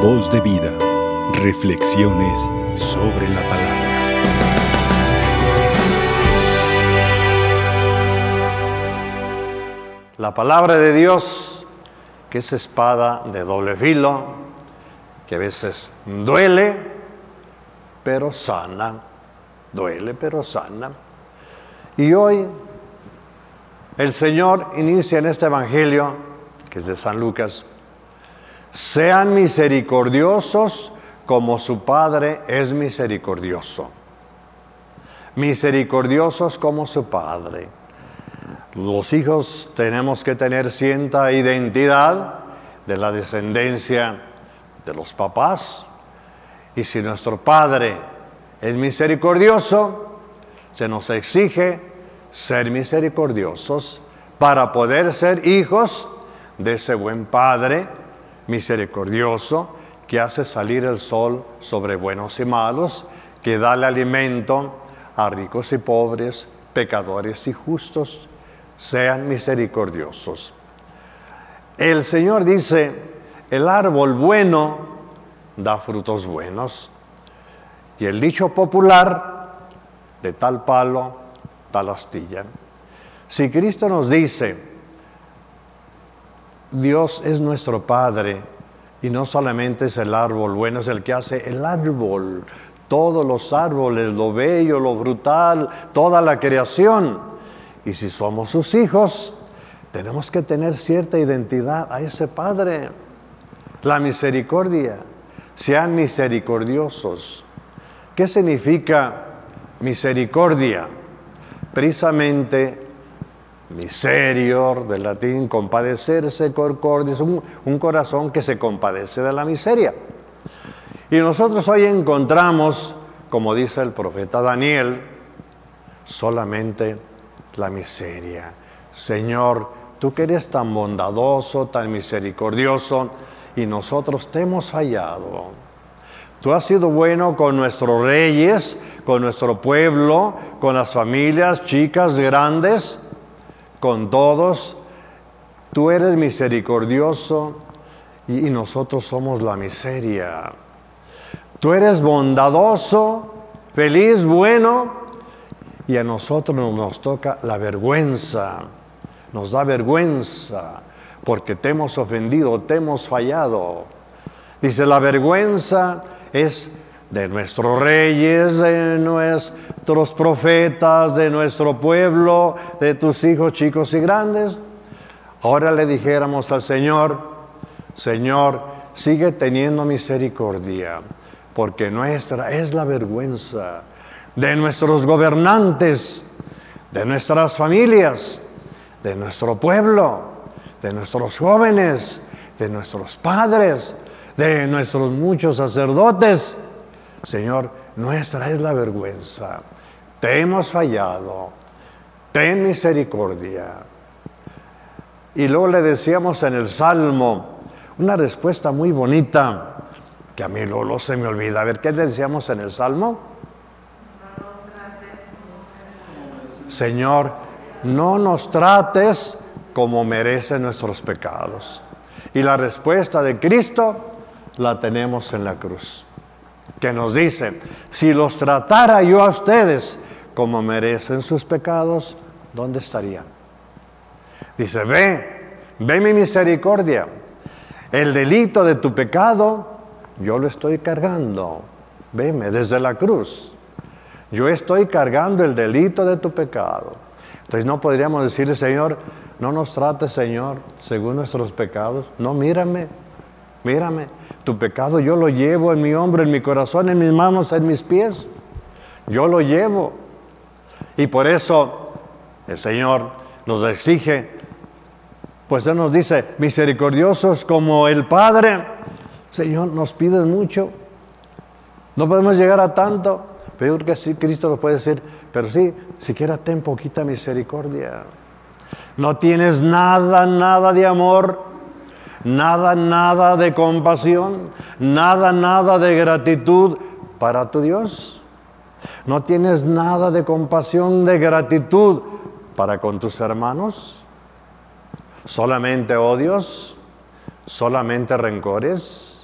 Voz de vida. Reflexiones sobre la palabra. La palabra de Dios, que es espada de doble filo, que a veces duele, pero sana. Duele, pero sana. Y hoy el Señor inicia en este evangelio, que es de San Lucas: sean misericordiosos como su Padre es misericordioso. Misericordiosos como su Padre. Los hijos tenemos que tener cierta identidad de la descendencia de los papás. Y si nuestro Padre es misericordioso, se nos exige ser misericordiosos para poder ser hijos de ese buen Padre misericordioso que hace salir el sol sobre buenos y malos, que da el alimento a ricos y pobres, pecadores y justos. Sean misericordiosos. El Señor dice: el árbol bueno da frutos buenos. Y el dicho popular: de tal palo, tal astilla. Si Cristo nos dice: Dios es nuestro Padre, y no solamente es el árbol bueno, es el que hace el árbol, todos los árboles, lo bello, lo brutal, toda la creación. Y si somos sus hijos, tenemos que tener cierta identidad a ese Padre. La misericordia. Sean misericordiosos. ¿Qué significa misericordia? Precisamente, miserior, del latín compadecerse, corcordia, un corazón que se compadece de la miseria. Y nosotros hoy encontramos, como dice el profeta Daniel, solamente la miseria. Señor, tú que eres tan bondadoso, tan misericordioso, y nosotros te hemos fallado. Tú has sido bueno con nuestros reyes, con nuestro pueblo, con las familias, chicas, grandes, con todos. Tú eres misericordioso y nosotros somos la miseria. Tú eres bondadoso, feliz, bueno, y a nosotros nos toca la vergüenza. Nos da vergüenza porque te hemos ofendido, te hemos fallado. Dice: la vergüenza es de nuestros reyes, de nuestros profetas, de nuestro pueblo, de tus hijos chicos y grandes. Ahora le dijéramos al Señor: Señor, sigue teniendo misericordia, porque nuestra es la vergüenza de nuestros gobernantes, de nuestras familias, de nuestro pueblo, de nuestros jóvenes, de nuestros padres, de nuestros muchos sacerdotes. Señor, nuestra es la vergüenza. Te hemos fallado. Ten misericordia. Y luego le decíamos en el Salmo una respuesta muy bonita, que a mí luego se me olvida. A ver, ¿qué le decíamos en el Salmo? Señor, no nos trates como merecen nuestros pecados. Y la respuesta de Cristo la tenemos en la cruz, que nos dice: si los tratara yo a ustedes como merecen sus pecados, ¿dónde estarían? Dice: ve mi misericordia. El delito de tu pecado yo lo estoy cargando. Veme desde la cruz. Yo estoy cargando el delito de tu pecado. Entonces no podríamos decirle: Señor, no nos trates, Señor, según nuestros pecados. No, mírame. Tu pecado yo lo llevo en mi hombro, en mi corazón, en mis manos, en mis pies. Yo lo llevo. Y por eso el Señor nos exige, pues Él nos dice: misericordiosos como el Padre. Señor, nos pides mucho. No podemos llegar a tanto. Pero que sí, Cristo nos puede decir: pero sí, siquiera ten poquita misericordia. No tienes nada de amor, nada de compasión, nada de gratitud para tu Dios. No tienes nada de compasión, de gratitud para con tus hermanos. Solamente odios, solamente rencores,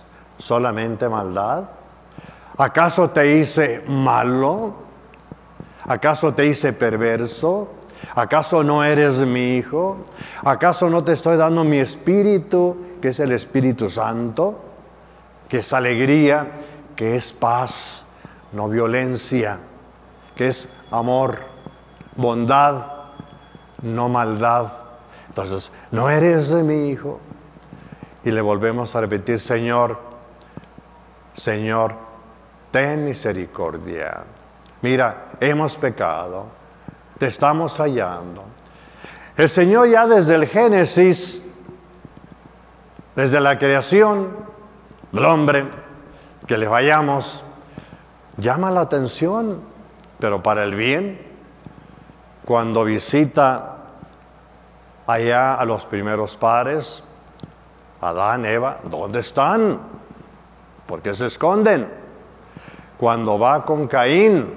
solamente maldad? ¿Acaso te hice malo? ¿Acaso te hice perverso? ¿Acaso no eres mi hijo? ¿Acaso no te estoy dando mi espíritu, que es el Espíritu Santo, que es alegría, que es paz, no violencia, que es amor, bondad, no maldad? Entonces, ¿no eres mi hijo? Y le volvemos a repetir: Señor, Señor, ten misericordia. Mira, hemos pecado, te estamos hallando. El Señor ya desde el Génesis, desde la creación del hombre, que le fallamos, llama la atención, pero para el bien, cuando visita allá a los primeros padres, Adán, Eva, ¿dónde están? ¿Por qué se esconden? Cuando va con Caín,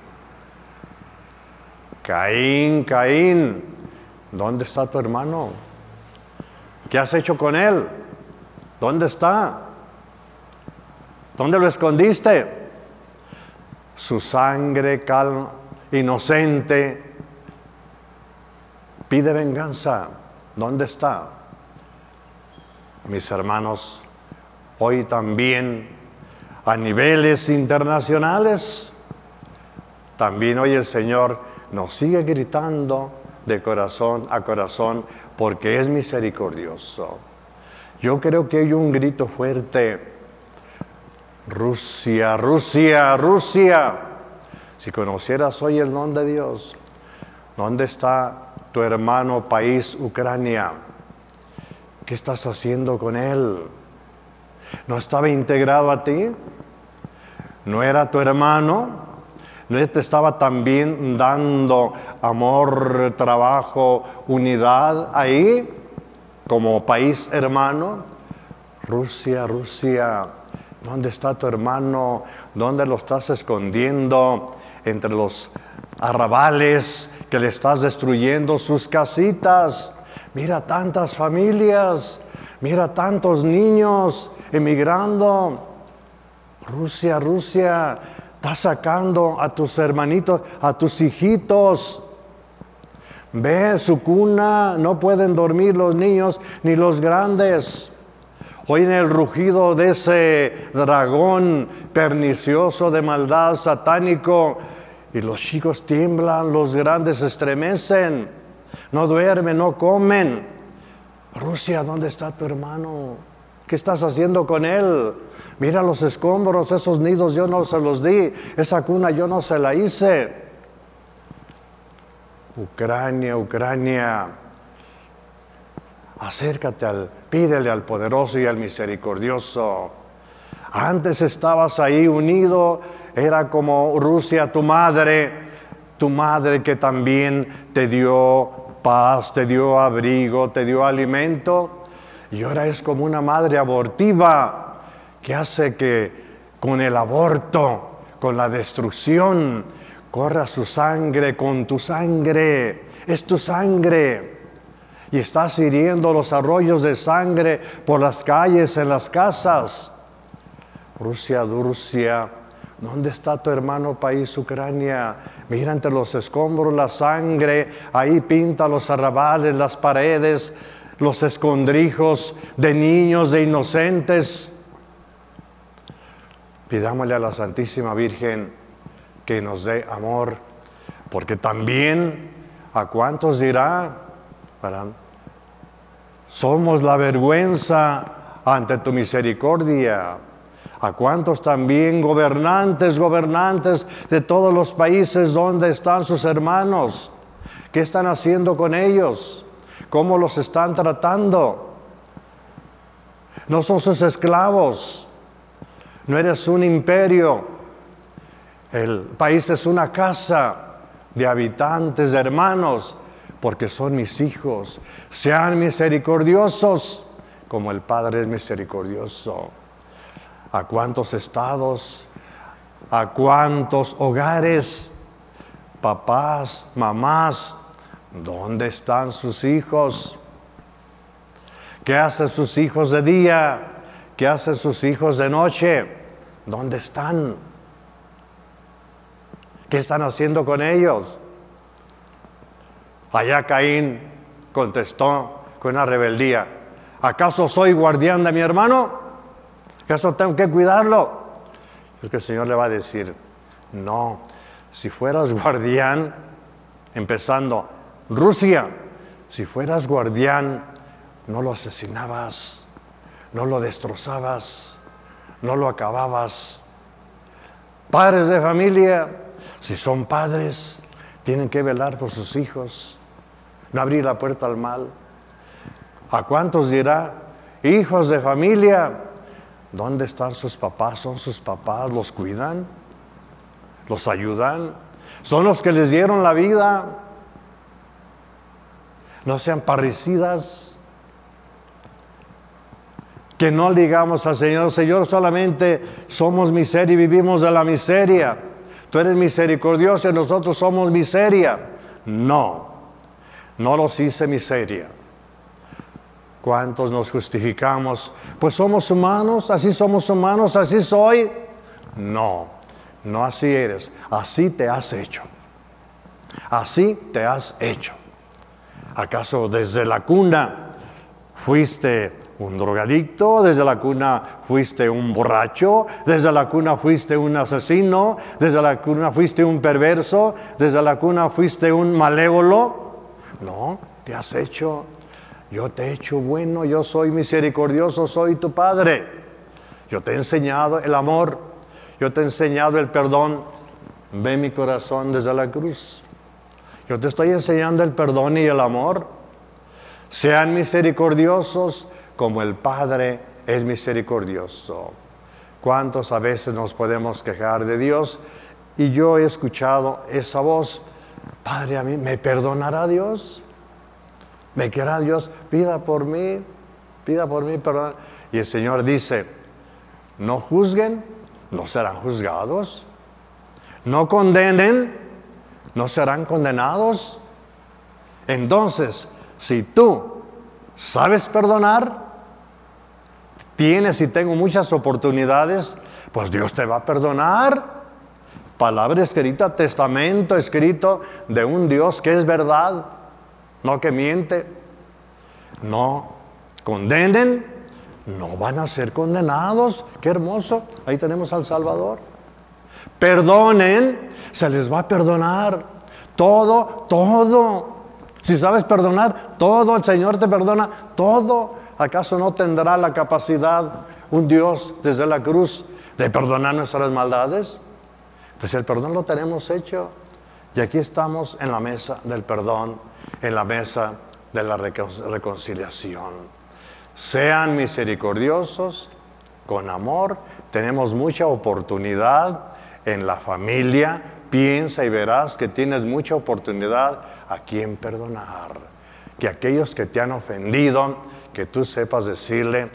Caín, ¿dónde está tu hermano? ¿Qué has hecho con él? ¿Dónde está? ¿Dónde lo escondiste? Su sangre calma, inocente, pide venganza. ¿Dónde está? Mis hermanos, hoy también a niveles internacionales, también hoy el Señor nos sigue gritando de corazón a corazón, porque es misericordioso. Yo creo que hay un grito fuerte: Rusia, Rusia, Rusia. Si conocieras hoy el nombre de Dios, ¿dónde está tu hermano país, Ucrania? ¿Qué estás haciendo con él? ¿No estaba integrado a ti? ¿No era tu hermano? ¿No te estaba también dando amor, trabajo, unidad ahí, como país hermano? Rusia, Rusia, ¿dónde está tu hermano? ¿Dónde lo estás escondiendo? Entre los arrabales que le estás destruyendo sus casitas. Mira tantas familias, mira tantos niños emigrando. Rusia, Rusia, estás sacando a tus hermanitos, a tus hijitos. Ve su cuna, no pueden dormir los niños ni los grandes. Oyen el rugido de ese dragón pernicioso de maldad, satánico, y los chicos tiemblan, los grandes se estremecen, no duermen, no comen. Rusia, ¿dónde está tu hermano? ¿Qué estás haciendo con él? Mira los escombros, esos nidos yo no se los di, esa cuna yo no se la hice. Ucrania, Ucrania, acércate pídele al poderoso y al misericordioso. Antes estabas ahí unido, era como Rusia, tu madre que también te dio paz, te dio abrigo, te dio alimento, y ahora es como una madre abortiva que hace que con el aborto, con la destrucción, corra su sangre con tu sangre. Es tu sangre. Y estás hiriendo los arroyos de sangre por las calles, en las casas. Rusia, Rusia, ¿dónde está tu hermano país, Ucrania? Mira entre los escombros la sangre, ahí pinta los arrabales, las paredes, los escondrijos de niños, de inocentes. Pidámosle a la Santísima Virgen que nos dé amor, porque también a cuántos dirá, ¿verdad? Somos la vergüenza ante tu misericordia. A cuántos también gobernantes de todos los países, ¿dónde están sus hermanos? ¿Qué están haciendo con ellos? ¿Cómo los están tratando? No son sus esclavos. No eres un imperio. El país es una casa de habitantes, de hermanos, porque son mis hijos. Sean misericordiosos como el Padre es misericordioso. ¿A cuántos estados? ¿A cuántos hogares? Papás, mamás, ¿dónde están sus hijos? ¿Qué hacen sus hijos de día? ¿Qué hacen sus hijos de noche? ¿Dónde están? ¿Qué están haciendo con ellos? Allá Caín contestó con una rebeldía: ¿acaso soy guardián de mi hermano? ¿Acaso tengo que cuidarlo? Es que el Señor le va a decir: no, si fueras guardián, empezando Rusia, si fueras guardián, no lo asesinabas, no lo destrozabas, no lo acababas. Padres de familia, si son padres, tienen que velar por sus hijos, no abrir la puerta al mal. ¿A cuántos dirá? Hijos de familia, ¿dónde están sus papás? ¿Son sus papás? ¿Los cuidan? ¿Los ayudan? ¿Son los que les dieron la vida? No sean parricidas. Que no digamos al Señor: Señor, solamente somos miseria y vivimos de la miseria. Tú eres misericordioso y nosotros somos miseria. No, no los hice miseria. ¿Cuántos nos justificamos? Pues somos humanos, así soy. No, no así eres, así te has hecho. Así te has hecho. ¿Acaso desde la cuna fuiste un drogadicto? ¿Desde la cuna fuiste un borracho? ¿Desde la cuna fuiste un asesino? ¿Desde la cuna fuiste un perverso? ¿Desde la cuna fuiste un malévolo? No, te has hecho. Yo te he hecho bueno, yo soy misericordioso, soy tu Padre. Yo te he enseñado el amor, yo te he enseñado el perdón. Ve mi corazón desde la cruz. Yo te estoy enseñando el perdón y el amor. Sean misericordiosos como el Padre es misericordioso. ¿Cuántos a veces nos podemos quejar de Dios? Y yo he escuchado esa voz: Padre, a mí, ¿me perdonará Dios? ¿Me querrá Dios? Pida por mí, perdón. Y el Señor dice: no juzguen, no serán juzgados. No condenen, no serán condenados. Entonces, si tú sabes perdonar, tienes y tengo muchas oportunidades, pues Dios te va a perdonar. Palabra escrita, testamento escrito de un Dios que es verdad, no que miente. No condenen, no van a ser condenados. Qué hermoso, ahí tenemos al Salvador. Perdonen, se les va a perdonar todo. Si sabes perdonar, todo, el Señor te perdona todo. ¿Acaso no tendrá la capacidad un Dios desde la cruz de perdonar nuestras maldades? Pues el perdón lo tenemos hecho. Y aquí estamos en la mesa del perdón, en la mesa de la reconciliación. Sean misericordiosos, con amor. Tenemos mucha oportunidad en la familia. Piensa y verás que tienes mucha oportunidad a quien perdonar. Que aquellos que te han ofendido, que tú sepas decirle: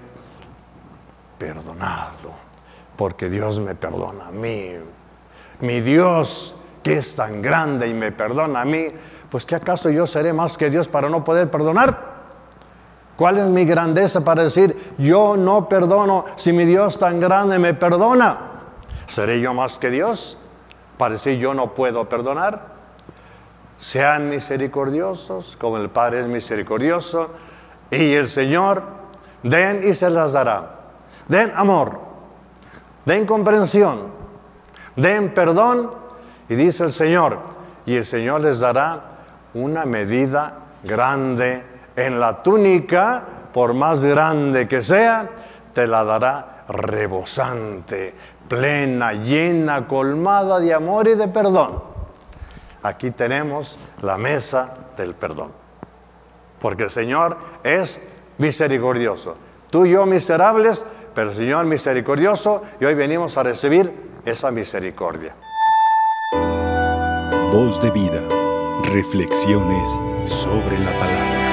perdonado, porque Dios me perdona a mí. Mi Dios, que es tan grande y me perdona a mí, pues ¿qué acaso yo seré más que Dios para no poder perdonar? ¿Cuál es mi grandeza para decir yo no perdono si mi Dios tan grande me perdona? ¿Seré yo más que Dios para decir yo no puedo perdonar? Sean misericordiosos como el Padre es misericordioso. Y el Señor, den y se las dará. Den amor, den comprensión, den perdón. Y dice el Señor, y el Señor les dará una medida grande en la túnica, por más grande que sea, te la dará rebosante, plena, llena, colmada de amor y de perdón. Aquí tenemos la mesa del perdón. Porque el Señor es misericordioso. Tú y yo miserables, pero el Señor misericordioso, y hoy venimos a recibir esa misericordia. Voz de vida. Reflexiones sobre la palabra.